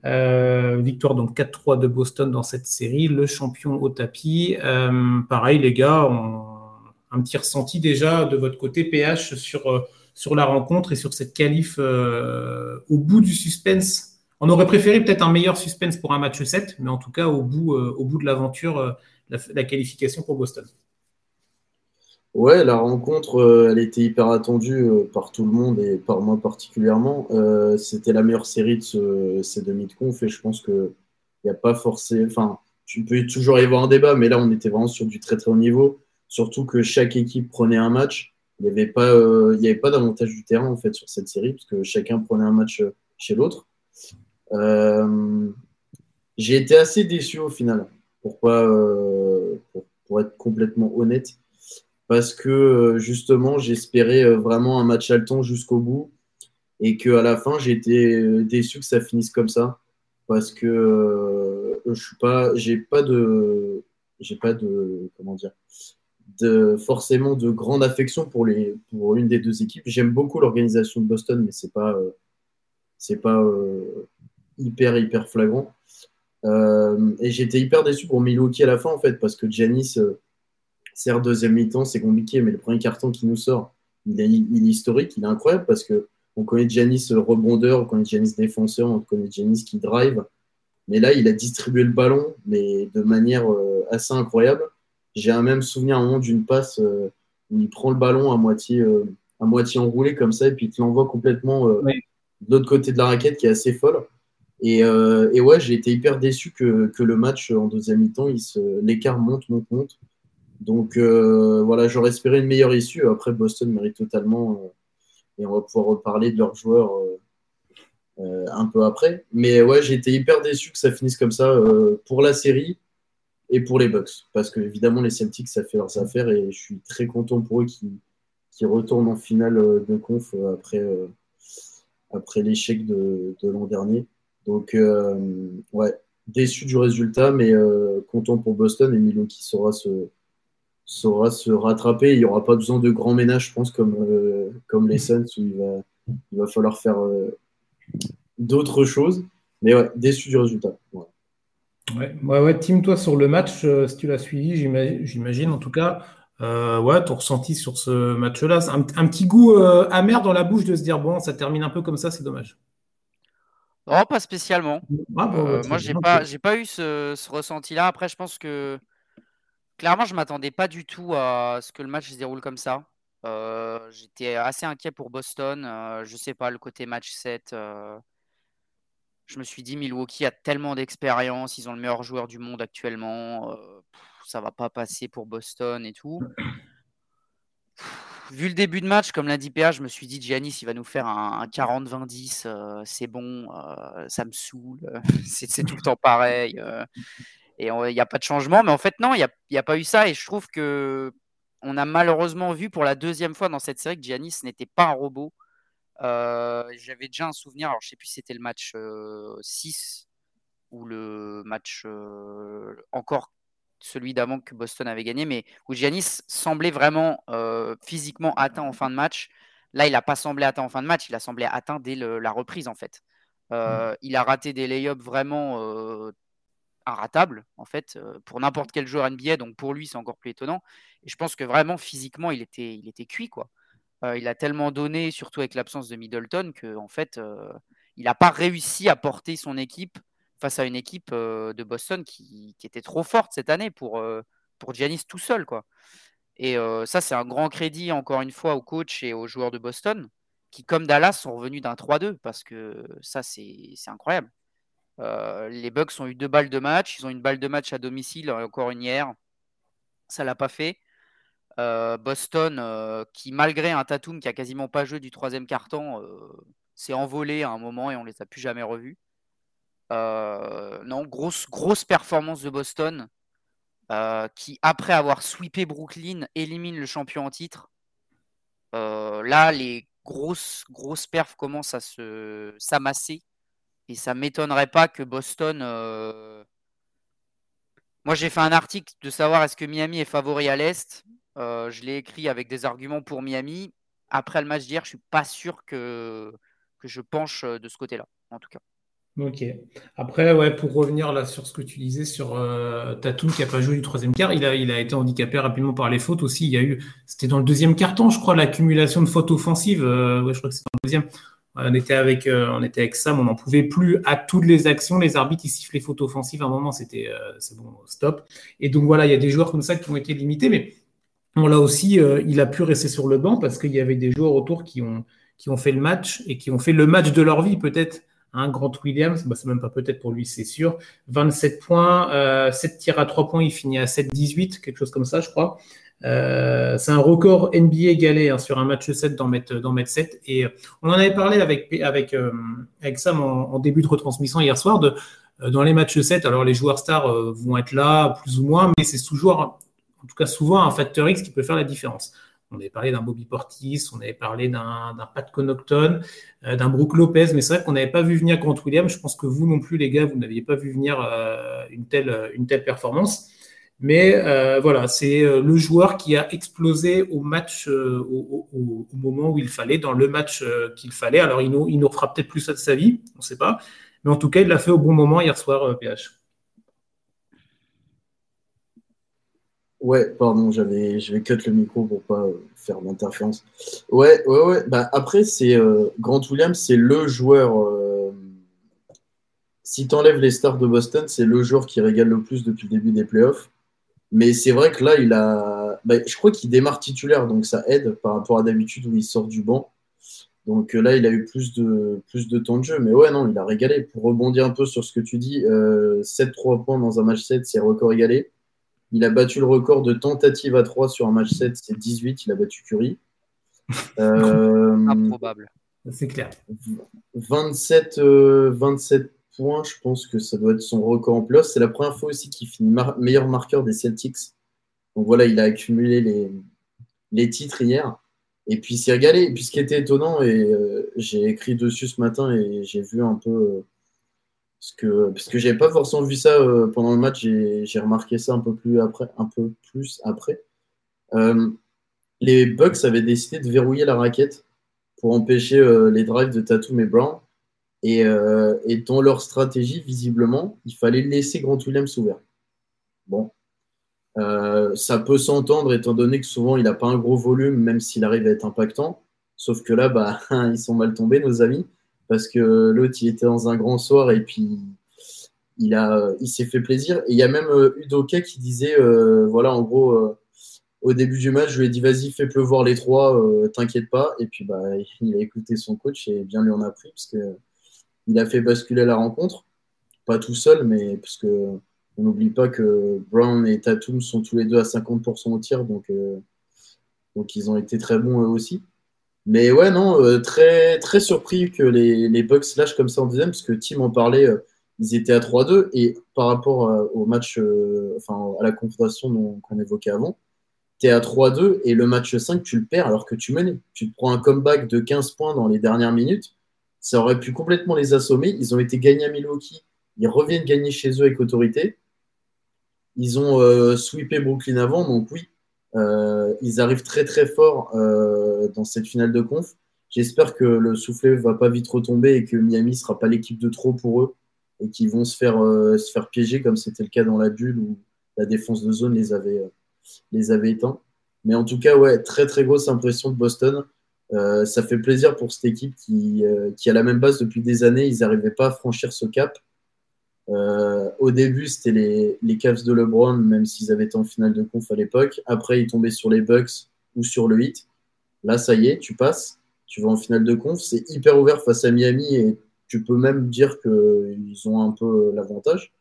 S1: Euh, victoire donc quatre trois de Boston dans cette série, le champion au tapis. Euh, pareil les gars, on, un petit ressenti déjà de votre côté P H sur euh, sur la rencontre et sur cette qualif euh, au bout du suspense. On aurait préféré peut-être un meilleur suspense pour un match sept, mais en tout cas, au bout, euh, au bout de l'aventure, euh, la, la qualification pour Boston.
S3: Ouais, la rencontre, euh, elle était hyper attendue euh, par tout le monde et par moi particulièrement. Euh, c'était la meilleure série de ce- ces demi de conf et je pense que il y a pas forcément. Enfin, tu peux toujours y avoir un débat, mais là, on était vraiment sur du très très haut niveau. Surtout que chaque équipe prenait un match. Il n'y avait pas, euh, il y avait pas d'avantage du terrain en fait sur cette série, parce que chacun prenait un match chez l'autre. Euh, j'ai été assez déçu au final, pour, pas, euh, pour, pour être complètement honnête, parce que justement, j'espérais vraiment un match haletant jusqu'au bout, et qu'à la fin, j'ai été déçu que ça finisse comme ça, parce que euh, je suis pas, j'ai pas de, j'ai pas de, comment dire, de, forcément de grande affection pour, les, pour une des deux équipes. J'aime beaucoup l'organisation de Boston, mais c'est pas, euh, c'est pas euh, hyper, hyper flagrant. Euh, et j'étais hyper déçu pour Milwaukee à la fin, en fait, parce que Giannis, euh, certes, deuxième mi-temps, c'est compliqué, mais le premier carton qui nous sort, il est, il est historique, il est incroyable, parce que on connaît Giannis rebondeur, on connaît Giannis défenseur, on connaît Giannis qui drive. Mais là, il a distribué le ballon, mais de manière euh, assez incroyable. J'ai un même souvenir à un moment d'une passe euh, où il prend le ballon à moitié, euh, à moitié enroulé comme ça, et puis il te l'envoie complètement euh,
S1: Oui.
S3: de l'autre côté de la raquette, qui est assez folle. Et, euh, et ouais, j'ai été hyper déçu que, que le match en deuxième mi-temps, il se, l'écart monte, monte, monte. Donc euh, voilà, j'aurais espéré une meilleure issue. Après, Boston mérite totalement, euh, et on va pouvoir reparler de leurs joueurs euh, euh, un peu après. Mais ouais, j'ai été hyper déçu que ça finisse comme ça euh, pour la série et pour les Bucks. Parce que évidemment, les Celtics, ça fait leurs affaires et je suis très content pour eux qui, qui retournent en finale de conf après, euh, après l'échec de, de l'an dernier. Donc, euh, ouais, déçu du résultat, mais euh, content pour Boston et Milwaukee saura se, saura se rattraper. Il n'y aura pas besoin de grands ménages, je pense, comme, euh, comme les Suns, où il va, il va falloir faire euh, d'autres choses. Mais ouais, déçu du résultat. Ouais.
S1: Ouais, ouais, ouais. Tim, toi, sur le match, euh, si tu l'as suivi, j'imagine, j'imagine en tout cas, euh, ouais, ton ressenti sur ce match-là, c'est un, un petit goût euh, amer dans la bouche de se dire, bon, ça termine un peu comme ça, c'est dommage.
S2: Non, pas spécialement.
S1: Ah, bon, ouais,
S2: Euh,
S1: très
S2: moi, j'ai
S1: bien.
S2: pas, j'ai pas eu ce, ce ressenti-là. Après, je pense que clairement, je m'attendais pas du tout à ce que le match se déroule comme ça. Euh, j'étais assez inquiet pour Boston. Euh, je sais pas, le côté match sept. euh, je me suis dit, Milwaukee a tellement d'expérience. Ils ont le meilleur joueur du monde actuellement. Euh, pff, ça va pas passer pour Boston et tout. Vu le début de match, comme l'a dit P A, je me suis dit, Giannis, il va nous faire un, un quarante vingt dix. Euh, c'est bon. Euh, ça me saoule. c'est, c'est tout le temps pareil. Euh, Et il n'y a pas de changement. Mais en fait, non, il n'y a, y a pas eu ça. Et je trouve que on a malheureusement vu pour la deuxième fois dans cette série que Giannis n'était pas un robot. Euh, j'avais déjà un souvenir, alors je ne sais plus si c'était le match euh, six ou le match euh, encore celui d'avant que Boston avait gagné, mais où Giannis semblait vraiment euh, physiquement atteint en fin de match. Là, il n'a pas semblé atteint en fin de match, il a semblé atteint dès le, la reprise en fait. Euh, il a raté des lay-ups vraiment euh, inratable en fait euh, pour n'importe quel joueur N B A, donc pour lui c'est encore plus étonnant et je pense que vraiment physiquement il était, il était cuit quoi. Euh, il a tellement donné surtout avec l'absence de Middleton que en fait euh, il n'a pas réussi à porter son équipe face à une équipe euh, de Boston qui, qui était trop forte cette année pour, euh, pour Giannis tout seul quoi. Et euh, ça c'est un grand crédit encore une fois au coach et aux joueurs de Boston qui comme Dallas sont revenus d'un trois deux parce que ça c'est, c'est incroyable. Euh, les Bucks ont eu deux balles de match. Ils ont une balle de match à domicile, encore une hier. Ça ne l'a pas fait. Euh, Boston, euh, qui malgré un Tatum qui a quasiment pas joué du troisième quart-temps, euh, s'est envolé à un moment et on les a plus jamais revus. Euh, non, grosse, grosse performance de Boston, euh, qui après avoir sweepé Brooklyn, élimine le champion en titre. Euh, là, les grosses, grosses perfs commencent à se s'amasser. Et ça ne m'étonnerait pas que Boston... Euh... Moi, j'ai fait un article de savoir est-ce que Miami est favori à l'Est. Euh, je l'ai écrit avec des arguments pour Miami. Après le match d'hier, je ne suis pas sûr que, que je penche de ce côté-là, en tout cas.
S1: Ok. Après, ouais, pour revenir là sur ce que tu disais sur euh, Tatum qui a pas joué du troisième quart, il a, il a été handicapé rapidement par les fautes aussi. Il y a eu, c'était dans le deuxième quart-temps, je crois, l'accumulation de fautes offensives. Euh, ouais, je crois que c'est dans le deuxième. On était avec, euh, on était avec Sam, on n'en pouvait plus à toutes les actions. Les arbitres, ils sifflaient fautes offensives. À un moment, c'était, euh, c'est bon, stop. Et donc voilà, il y a des joueurs comme ça qui ont été limités, mais on l'a aussi, euh, il a pu rester sur le banc parce qu'il y avait des joueurs autour qui ont, qui ont fait le match et qui ont fait le match de leur vie peut-être Hein, Grant Williams, bah, c'est même pas peut-être pour lui, c'est sûr. vingt-sept points, euh, sept tirs à trois points, il finit à sept dix-huit, quelque chose comme ça, je crois. Euh, c'est un record N B A égalé hein, sur un match sept d'en mettre, d'en mettre sept. Et euh, on en avait parlé avec, avec, euh, avec Sam en, en début de retransmission hier soir. De, euh, dans les matchs sept, alors les joueurs stars euh, vont être là, plus ou moins, mais c'est toujours, en tout cas souvent, un facteur X qui peut faire la différence. On avait parlé d'un Bobby Portis, on avait parlé d'un, d'un Pat Connaughton, euh, d'un Brook Lopez, mais c'est vrai qu'on n'avait pas vu venir Grant Williams. Je pense que vous non plus, les gars, vous n'aviez pas vu venir euh, une, telle, une telle performance. Mais euh, voilà, c'est euh, le joueur qui a explosé au match, euh, au, au, au moment où il fallait, dans le match euh, qu'il fallait. Alors, il nous, il nous refera peut-être plus ça de sa vie, on ne sait pas. Mais en tout cas, il l'a fait au bon moment hier soir, euh, P H.
S3: Ouais, pardon, j'avais, je vais cut le micro pour pas euh, faire d'interférence. Ouais, ouais, ouais. Bah, après, c'est euh, Grant Williams, c'est le joueur. Euh, si tu enlèves les stars de Boston, c'est le joueur qui régale le plus depuis le début des playoffs. Mais c'est vrai que là, il a. Bah, je crois qu'il démarre titulaire, donc ça aide par rapport à d'habitude où il sort du banc. Donc euh, là, il a eu plus de, plus de temps de jeu. Mais ouais, non, il a régalé. Pour rebondir un peu sur ce que tu dis, euh, sept trois points dans un match sept, c'est record égalé. Il a battu le record de tentatives à trois sur un match sept, c'est dix-huit. Il a battu Curry. Euh,
S2: Improbable.
S1: C'est clair.
S3: vingt-sept, euh, vingt-sept points, je pense que ça doit être son record en plus. C'est la première fois aussi qu'il finit mar- meilleur marqueur des Celtics. Donc voilà, il a accumulé les, les titres hier. Et puis il s'est régalé. Et puis ce qui était étonnant, et euh, j'ai écrit dessus ce matin et j'ai vu un peu. Euh, parce que, parce que j'avais pas forcément vu ça euh, pendant le match, j'ai, j'ai remarqué ça un peu plus après. Un peu plus après. Euh, les Bucks avaient décidé de verrouiller la raquette pour empêcher euh, les drives de Tatum et Brown. Et, euh, et dans leur stratégie, visiblement, il fallait laisser Grant Williams ouvert. Bon, euh, ça peut s'entendre étant donné que souvent il n'a pas un gros volume, même s'il arrive à être impactant. Sauf que là, bah, ils sont mal tombés, nos amis, parce que l'autre, il était dans un grand soir et puis il, a, il s'est fait plaisir. Et il y a même euh, Udoka qui disait, euh, voilà, en gros, euh, au début du match, je lui ai dit, vas-y, fais pleuvoir les trois, euh, t'inquiète pas. Et puis, bah, il a écouté son coach et bien lui en a pris, parce que il a fait basculer la rencontre. Pas tout seul, mais parce que on n'oublie pas que Brown et Tatum sont tous les deux à cinquante pour cent au tir, donc, euh, donc ils ont été très bons eux aussi. Mais ouais, non, euh, très, très surpris que les, les Bucks lâchent comme ça en deuxième, parce que Tim en parlait, euh, ils étaient à trois deux, et par rapport euh, au match, euh, enfin à la confrontation dont- qu'on évoquait avant, tu es à trois deux, et le match cinq, tu le perds alors que tu menais. Tu te prends un comeback de quinze points dans les dernières minutes, ça aurait pu complètement les assommer. Ils ont été gagnés à Milwaukee, ils reviennent gagner chez eux avec autorité. Ils ont euh, sweepé Brooklyn avant, donc oui, euh, ils arrivent très très fort euh, dans cette finale de conf. J'espère que le soufflet va pas vite retomber et que Miami sera pas l'équipe de trop pour eux et qu'ils vont se faire, euh, se faire piéger comme c'était le cas dans la bulle où la défense de zone les avait, euh, les avait éteints. Mais en tout cas, ouais, très très grosse impression de Boston. Euh, ça fait plaisir pour cette équipe qui, euh, qui a la même base depuis des années. Ils n'arrivaient pas à franchir ce cap. Euh, au début, c'était les, les Cavs de LeBron, même s'ils avaient été en finale de conf à l'époque. Après, ils tombaient sur les Bucks ou sur le Heat. Là, ça y est, tu passes, tu vas en finale de conf. C'est hyper ouvert face à Miami et tu peux même dire qu'ils ont un peu l'avantage.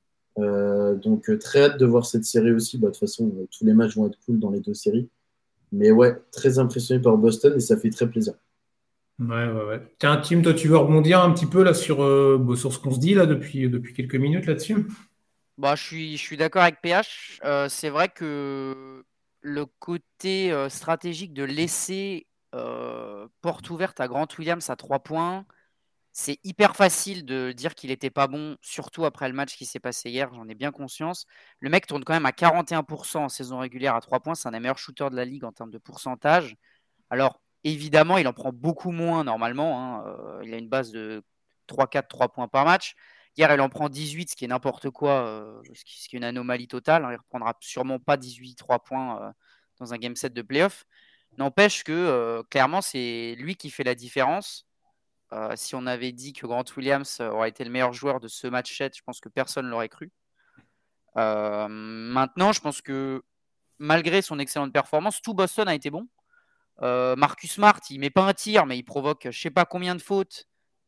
S3: Euh, donc, très hâte de voir cette série aussi. Bah, de toute façon, tous les matchs vont être cool dans les deux séries. Mais ouais, très impressionné par Boston et ça fait très plaisir.
S1: Ouais, ouais, ouais. Tiens, Tim, toi, tu veux rebondir un petit peu là sur, euh, bon, sur ce qu'on se dit là depuis, depuis quelques minutes là-dessus?
S2: Bah, je suis, je suis d'accord avec P H. Euh, c'est vrai que le côté euh, stratégique de laisser euh, porte ouverte à Grant Williams à trois points, c'est hyper facile de dire qu'il n'était pas bon, surtout après le match qui s'est passé hier, j'en ai bien conscience. Le mec tourne quand même à quarante et un pour cent en saison régulière à trois points, c'est un des meilleurs shooters de la ligue en termes de pourcentage. Alors, évidemment, il en prend beaucoup moins normalement, hein. Euh, il a une base de trois quatre trois points par match. Hier, il en prend dix-huit, ce qui est n'importe quoi, euh, ce, qui, ce, qui, est une anomalie totale. Hein. Il ne reprendra sûrement pas dix-huit trois points euh, dans un game set de playoff. N'empêche que, euh, clairement, c'est lui qui fait la différence. Euh, si on avait dit que Grant Williams aurait été le meilleur joueur de ce match sept, je pense que personne ne l'aurait cru. Euh, maintenant, je pense que malgré son excellente performance, tout Boston a été bon. Euh, Marcus Smart, il met pas un tir, mais il provoque je sais pas combien de fautes.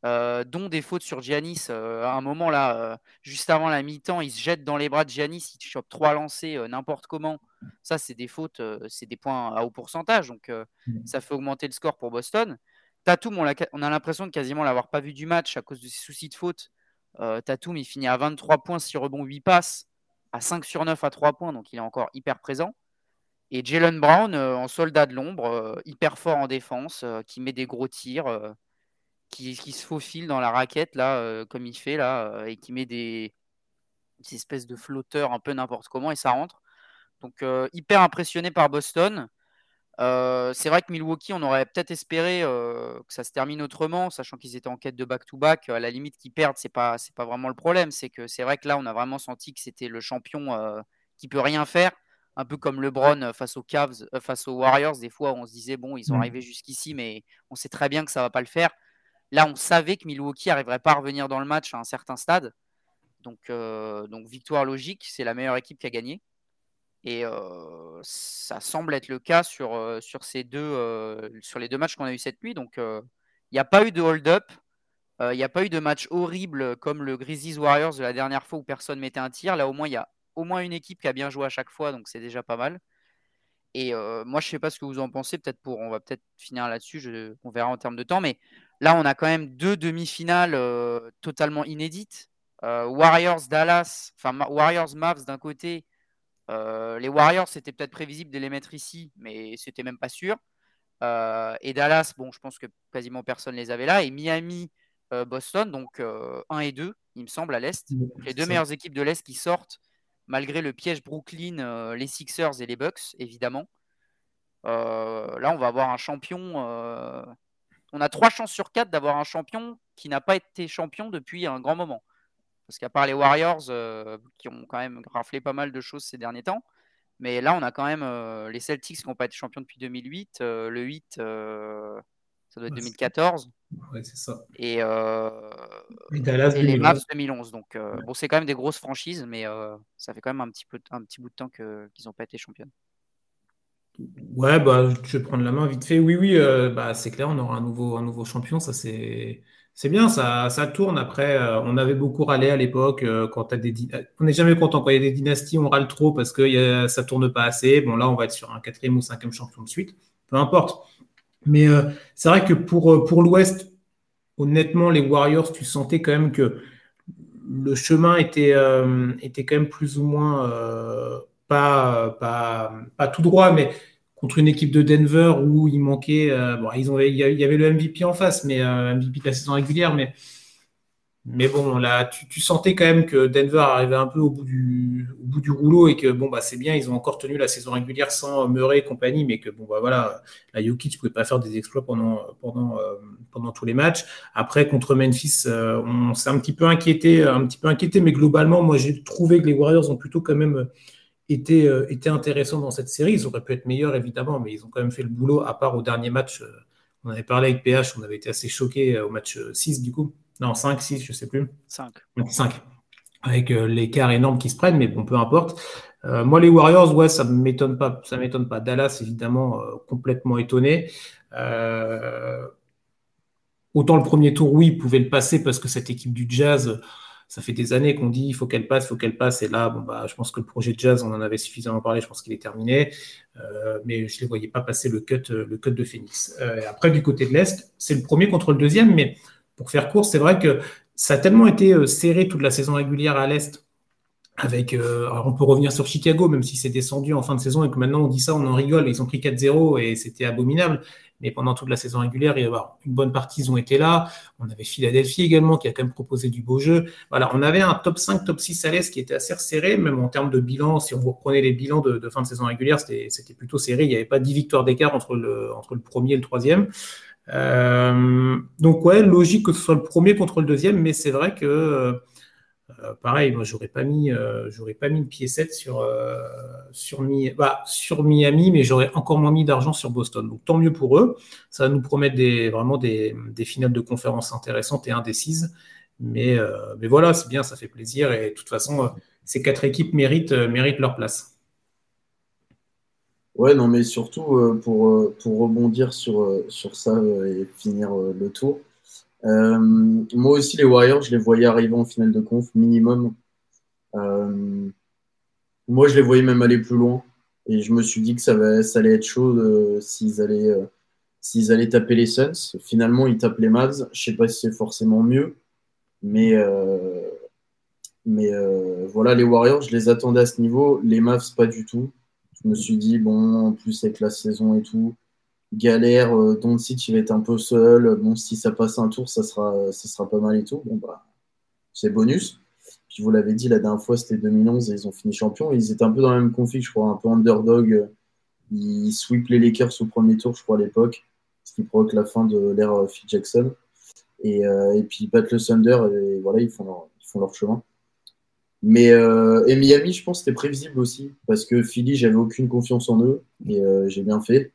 S2: euh, dont des fautes sur Giannis. Euh, à un moment, là, euh, juste avant la mi-temps, il se jette dans les bras de Giannis, il chope trois lancers euh, n'importe comment. Ça, c'est des fautes, euh, c'est des points à haut pourcentage. Donc, euh, ça fait augmenter le score pour Boston. Tatum, on, on a l'impression de quasiment l'avoir pas vu du match à cause de ses soucis de faute. Euh, Tatum, il finit à vingt-trois points, six rebonds, huit passes, à cinq sur neuf à trois points, donc il est encore hyper présent. Et Jaylen Brown, euh, en soldat de l'ombre, euh, hyper fort en défense, euh, qui met des gros tirs, euh, qui, qui, se faufile dans la raquette, là, euh, comme il fait, là, euh, et qui met des, des espèces de flotteurs un peu n'importe comment, et ça rentre. Donc, euh, hyper impressionné par Boston. Euh, c'est vrai que Milwaukee, on aurait peut-être espéré euh, que ça se termine autrement, sachant qu'ils étaient en quête de back-to-back. À la limite, qu'ils perdent, c'est pas, c'est pas vraiment le problème. C'est que c'est vrai que là, on a vraiment senti que c'était le champion euh, qui peut rien faire. Un peu comme LeBron face aux Cavs, euh, face aux Warriors. Des fois, on se disait bon, ils ont
S1: Mm.
S2: arrivé jusqu'ici, mais on sait très bien que ça va pas le faire. Là, on savait que Milwaukee n'arriverait pas à revenir dans le match à un certain stade. Donc, euh, donc victoire logique, c'est la meilleure équipe qui a gagné. Et euh, ça semble être le cas sur, euh, sur, ces deux, euh, sur les deux matchs qu'on a eu cette nuit. Donc, il euh, n'y a pas eu de hold-up. Il euh, n'y a pas eu de match horrible comme le Grizzlies Warriors de la dernière fois où personne mettait un tir. Là, au moins, il y a au moins une équipe qui a bien joué à chaque fois. Donc, c'est déjà pas mal. Et euh, moi, je ne sais pas ce que vous en pensez. Peut-être pour, on va peut-être finir là-dessus. Je, on verra en termes de temps. Mais là, on a quand même deux demi-finales euh, totalement inédites. Euh, Warriors-Dallas, enfin Warriors-Mavs d'un côté. Euh, les Warriors, c'était peut-être prévisible de les mettre ici, mais c'était même pas sûr. Euh, et Dallas, bon, je pense que quasiment personne les avait là. Et Miami, euh, Boston, donc euh, un et deux, il me semble, à l'Est.
S1: Mm,
S2: Donc, les
S1: c'est
S2: deux
S1: ça.
S2: meilleures équipes de l'Est qui sortent, malgré le piège Brooklyn, euh, les Sixers et les Bucks, évidemment. Euh, là, on va avoir un champion. Euh, on a trois chances sur quatre d'avoir un champion qui n'a pas été champion depuis un grand moment. Parce qu'à part les Warriors, euh, qui ont quand même raflé pas mal de choses ces derniers temps, mais là, on a quand même euh, les Celtics qui n'ont pas été champions depuis deux mille huit. Euh, le huit, euh, ça doit être
S1: Ouais,
S2: deux mille
S1: c'est
S2: quatorze.
S1: ouais, c'est ça.
S2: Et, euh,
S1: Et Dallas
S2: et les Mavs
S1: deux mille onze.
S2: deux mille onze. Donc, euh,
S1: Ouais.
S2: bon, c'est quand même des grosses franchises, mais euh, ça fait quand même un petit, peu, un petit bout de temps que, qu'ils n'ont pas été champions.
S1: Ouais, bah, je vais prendre la main vite fait. Oui, oui, euh, bah, c'est clair, on aura un nouveau, un nouveau champion. Ça, c'est, c'est bien, ça, ça tourne. Après, euh, on avait beaucoup râlé à l'époque euh, quand t'as des, di- on n'est jamais content quand il y a des dynasties, on râle trop parce que y a, ça tourne pas assez. Bon, là, on va être sur un quatrième ou cinquième champion de suite, peu importe. Mais euh, c'est vrai que pour, euh, pour l'Ouest, honnêtement, les Warriors, tu sentais quand même que le chemin était, euh, était quand même plus ou moins euh, pas, pas, pas tout droit, mais contre une équipe de Denver où il manquait. Euh, bon, ils ont, il y avait il y avait le M V P en face, mais euh, M V P de la saison régulière, mais mais bon, là, tu, tu sentais quand même que Denver arrivait un peu au bout du, au bout du rouleau et que bon, bah, c'est bien, ils ont encore tenu la saison régulière sans Murray et compagnie, mais que bon, bah, voilà, la Jokic ne pouvait pas faire des exploits pendant, pendant, euh, pendant tous les matchs. Après, contre Memphis, euh, on s'est un petit peu inquiété, un petit peu inquiété, mais globalement, moi, j'ai trouvé que les Warriors ont plutôt quand même été, euh, été intéressants dans cette série. Ils auraient pu être meilleurs, évidemment, mais ils ont quand même fait le boulot, à part au dernier match. Euh, on avait parlé avec P H, on avait été assez choqués au match six, du coup. Non, cinq, six, je sais plus.
S2: cinq.
S1: cinq. Avec euh, l'écart énorme qui se prennent, mais bon, peu importe. Euh, moi, les Warriors, ouais, ça m'étonne pas. Ça m'étonne pas. Dallas, évidemment, euh, complètement étonné. Euh, autant le premier tour, oui, ils pouvaient le passer parce que cette équipe du Jazz, ça fait des années qu'on dit il faut qu'elle passe, il faut qu'elle passe. Et là, bon, bah, je pense que le projet Jazz, on en avait suffisamment parlé. Je pense qu'il est terminé. Euh, mais je ne les voyais pas passer le cut, le cut de Phoenix. Euh, après, du côté de l'Est, c'est le premier contre le deuxième, mais pour faire court, c'est vrai que ça a tellement été serré toute la saison régulière à l'Est. Avec, euh, alors on peut revenir sur Chicago, même si c'est descendu en fin de saison et que maintenant on dit ça, on en rigole. Ils ont pris quatre zéro et c'était abominable. Mais pendant toute la saison régulière, il y a une bonne partie, ils ont été là. On avait Philadelphie également qui a quand même proposé du beau jeu. Voilà, on avait un top cinq, top six à l'Est qui était assez resserré, même en termes de bilan. Si on vous reprenait les bilans de, de fin de saison régulière, c'était, c'était plutôt serré. Il n'y avait pas dix victoires d'écart entre le, entre le premier et le troisième. Euh, donc ouais, logique que ce soit le premier contre le deuxième, mais c'est vrai que euh, pareil, moi j'aurais pas mis, euh, j'aurais pas mis le pied sept sur euh, sur, Mi- bah, sur Miami, mais j'aurais encore moins mis d'argent sur Boston. Donc tant mieux pour eux, ça va nous promettre des, vraiment des, des finales de conférence intéressantes et indécises. Mais, euh, mais voilà, c'est bien, ça fait plaisir et de toute façon, euh, ces quatre équipes méritent, euh, méritent leur place.
S3: Ouais, non, mais surtout euh, pour, euh, pour rebondir sur, euh, sur ça euh, et finir euh, le tour. Euh, moi aussi, les Warriors, je les voyais arriver en finale de conf, minimum. Euh, moi, je les voyais même aller plus loin. Et je me suis dit que ça, va, ça allait être chaud euh, s'ils allaient, euh, s'ils allaient taper les Suns. Finalement, ils tapent les Mavs. Je sais pas si c'est forcément mieux. Mais, euh, mais euh, voilà, les Warriors, je les attendais à ce niveau. Les Mavs, pas du tout. Je me suis dit, bon, en plus, avec la saison et tout, galère, euh, Doncic, il va être un peu seul. Bon, si ça passe un tour, ça sera, ça sera pas mal et tout. Bon, bah, c'est bonus. Puis vous l'avez dit, la dernière fois, c'était deux mille onze et ils ont fini champion. Ils étaient un peu dans la même config, je crois, un peu underdog. Ils sweep les Lakers au premier tour, je crois, à l'époque, ce qui provoque la fin de l'ère euh, Phil Jackson. Et, euh, et puis ils battent le Thunder et voilà, ils font leur, ils font leur chemin. Mais euh, et Miami, je pense que c'était prévisible aussi, parce que Philly, j'avais aucune confiance en eux et euh, j'ai bien fait.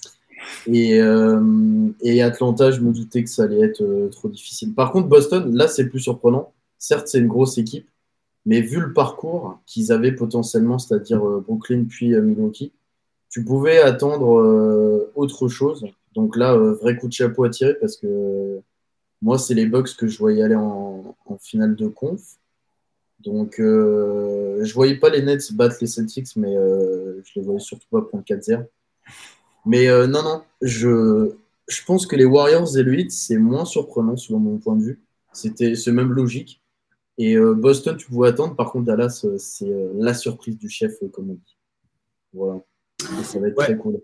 S3: Et, euh, et Atlanta, je me doutais que ça allait être euh, trop difficile. Par contre, Boston, là, c'est plus surprenant. Certes, c'est une grosse équipe, mais vu le parcours qu'ils avaient potentiellement, c'est-à-dire euh, Brooklyn puis euh, Milwaukee, tu pouvais attendre euh, autre chose. Donc là, euh, vrai coup de chapeau à tirer parce que euh, moi, c'est les Bucks que je voyais aller en, en finale de conf. Donc, euh, je voyais pas les Nets battre les Celtics, mais euh, je les voyais surtout pas prendre quatre zéro. Mais euh, non, non, je, je pense que les Warriors et le Heat, c'est moins surprenant selon mon point de vue. C'était, c'est même logique. Et euh, Boston, tu pouvais attendre. Par contre, Dallas, euh, c'est euh, la surprise du chef, euh, comme on dit. Voilà. Et ça va être
S1: Ouais.
S3: très cool.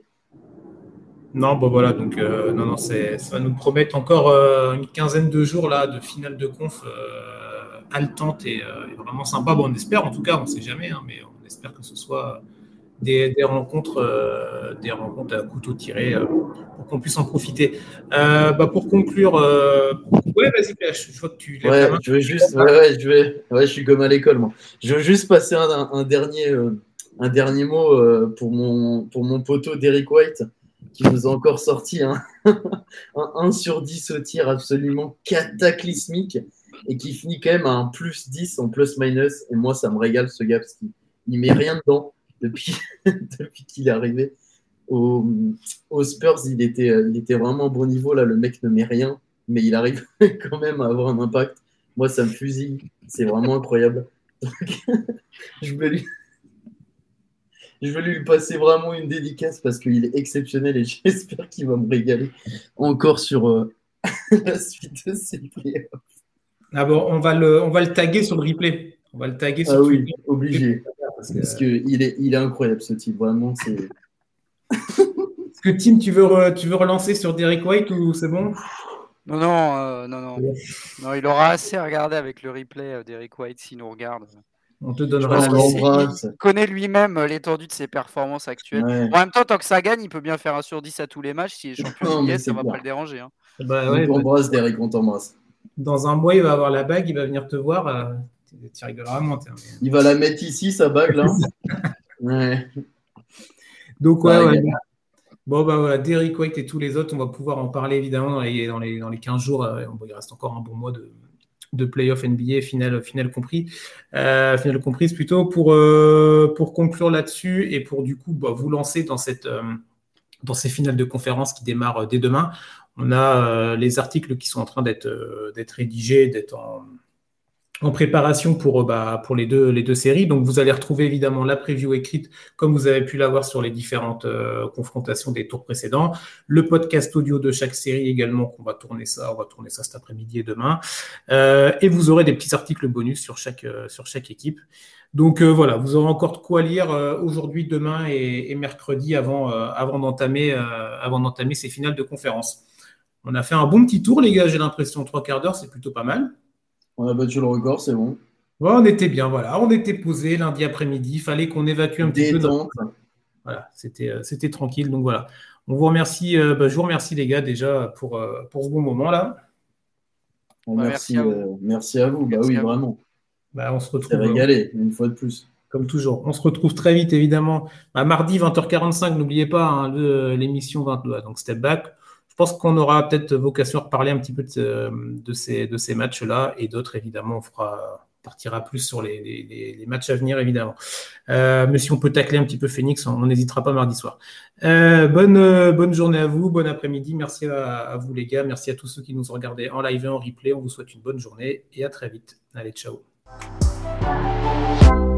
S1: Non, bon voilà, donc euh, non, non, c'est, ça va nous promettre encore euh, une quinzaine de jours là de finale de conf euh, haletante et, euh, et vraiment sympa. Bon, on espère, en tout cas, on ne sait jamais, hein, mais on espère que ce soit des, des rencontres, euh, des rencontres à couteau tiré euh, pour qu'on puisse en profiter. Euh, bah, pour conclure, euh... ouais, vas-y, P H, je vois que tu lèves
S3: Ouais,
S1: la main.
S3: je veux juste, ouais, ouais, je vais, ouais, je suis comme à l'école, moi. Je veux juste passer un, un, un dernier, euh, un dernier mot euh, pour mon, pour mon poteau Derrick White, qui nous a encore sorti un, un un sur dix au tir absolument cataclysmique et qui finit quand même à un plus dix en plus-minus. Et moi, ça me régale ce gars parce qu'il il met rien dedans depuis, depuis qu'il est arrivé. Au, aux Spurs, il était, il était vraiment au bon niveau. Là, le mec ne met rien, mais il arrive quand même à avoir un impact. Moi, ça me fusille. C'est vraiment incroyable. Donc, je veux lui, je veux lui passer vraiment une dédicace parce qu'il est exceptionnel et j'espère qu'il va me régaler encore sur euh, la suite de ses playoffs.
S1: Ah bon, on va le, on va le taguer sur le replay. On va le taguer sur
S3: Ah oui,
S1: Twitter.
S3: obligé.
S1: Parce que,
S3: Parce qu'il est, il est incroyable ce type. Vraiment, c'est.
S1: est-ce que Tim, tu veux, re- tu veux relancer sur Derrick White ou c'est bon?
S2: Non, non, euh, non, non. Non, il aura assez à regarder avec le replay euh, d'Eric White s'il nous regarde.
S1: On te
S2: Je
S1: donnera
S2: pense
S3: On
S1: la
S2: qu'il
S3: l'embrasse.
S2: il connaît lui-même euh, l'étendue de ses performances actuelles.
S3: Ouais.
S2: En même temps, tant que ça gagne, il peut bien faire un sur dix à tous les matchs. S'il est champion
S3: Non, mais
S2: N B A, ça
S3: c'est
S2: va
S3: clair.
S2: pas le déranger. Hein.
S1: Bah
S3: On
S1: ouais, bah,
S3: t'embrasse, Derek, on t'embrasse.
S1: dans un mois, il va avoir la bague, il va venir te voir. euh, tu tu rigoleras vraiment. tiens, mais-
S3: Il va la mettre ici, sa bague, là. Ouais,
S1: Donc,
S3: ça
S1: ouais, ouais.
S3: régale.
S1: Bon, bah voilà, Derrick White et tous les autres, on va pouvoir en parler évidemment dans les, dans les, dans les quinze jours. euh, bon, il reste encore un bon mois de, de playoff N B A, finale, finale compris, euh, finale comprise plutôt, pour, euh, pour conclure là-dessus et pour du coup bah, vous lancer dans, cette, euh, dans ces finales de conférence qui démarrent euh, dès demain. On a euh, les articles qui sont en train d'être euh, d'être rédigés, d'être en, en préparation pour, euh, bah, pour les, deux, les deux séries. Donc, vous allez retrouver évidemment la preview écrite comme vous avez pu l'avoir sur les différentes euh, confrontations des tours précédents. Le podcast audio de chaque série également, qu'on va tourner ça, on va tourner ça cet après-midi et demain. Euh, et vous aurez des petits articles bonus sur chaque, euh, sur chaque équipe. Donc euh, voilà, vous aurez encore de quoi lire euh, aujourd'hui, demain et, et mercredi avant, euh, avant, d'entamer, euh, avant d'entamer ces finales de conférence. On a fait un bon petit tour, les gars, j'ai l'impression, trois quarts d'heure, c'est plutôt pas mal.
S3: On a battu le record, c'est bon.
S1: Ouais, on était bien, voilà. On était posé lundi après-midi. Il fallait qu'on évacue un petit peu notre...
S3: Détente.
S1: Voilà, c'était, euh, c'était tranquille. Donc voilà. On vous remercie, euh, bah, je vous remercie, les gars, déjà pour, euh, pour ce bon moment-là.
S3: Bon,
S2: Bah,
S3: merci,
S2: merci à vous.
S3: euh, merci à vous. Bah
S2: Merci
S3: oui,
S2: à vous.
S3: vraiment.
S1: Bah, on se
S3: C'est
S1: retrouve, euh,
S3: régalé, une fois de plus.
S1: comme toujours. On se retrouve très vite, évidemment. Bah, mardi, vingt heures quarante-cinq, n'oubliez pas hein, le- l'émission vingt-deux, donc Step Back. Je pense qu'on aura peut-être vocation à reparler un petit peu de, ce- de ces, de ces matchs-là et d'autres, évidemment, on fera partira plus sur les, les, les matchs à venir, évidemment. Euh, mais si on peut tacler un petit peu Phoenix, on n'hésitera pas mardi soir. Euh, bonne, euh, bonne journée à vous, bon après-midi. Merci à, à vous les gars, merci à tous ceux qui nous ont regardés en live et en replay. On vous souhaite une bonne journée et à très vite. Allez, ciao.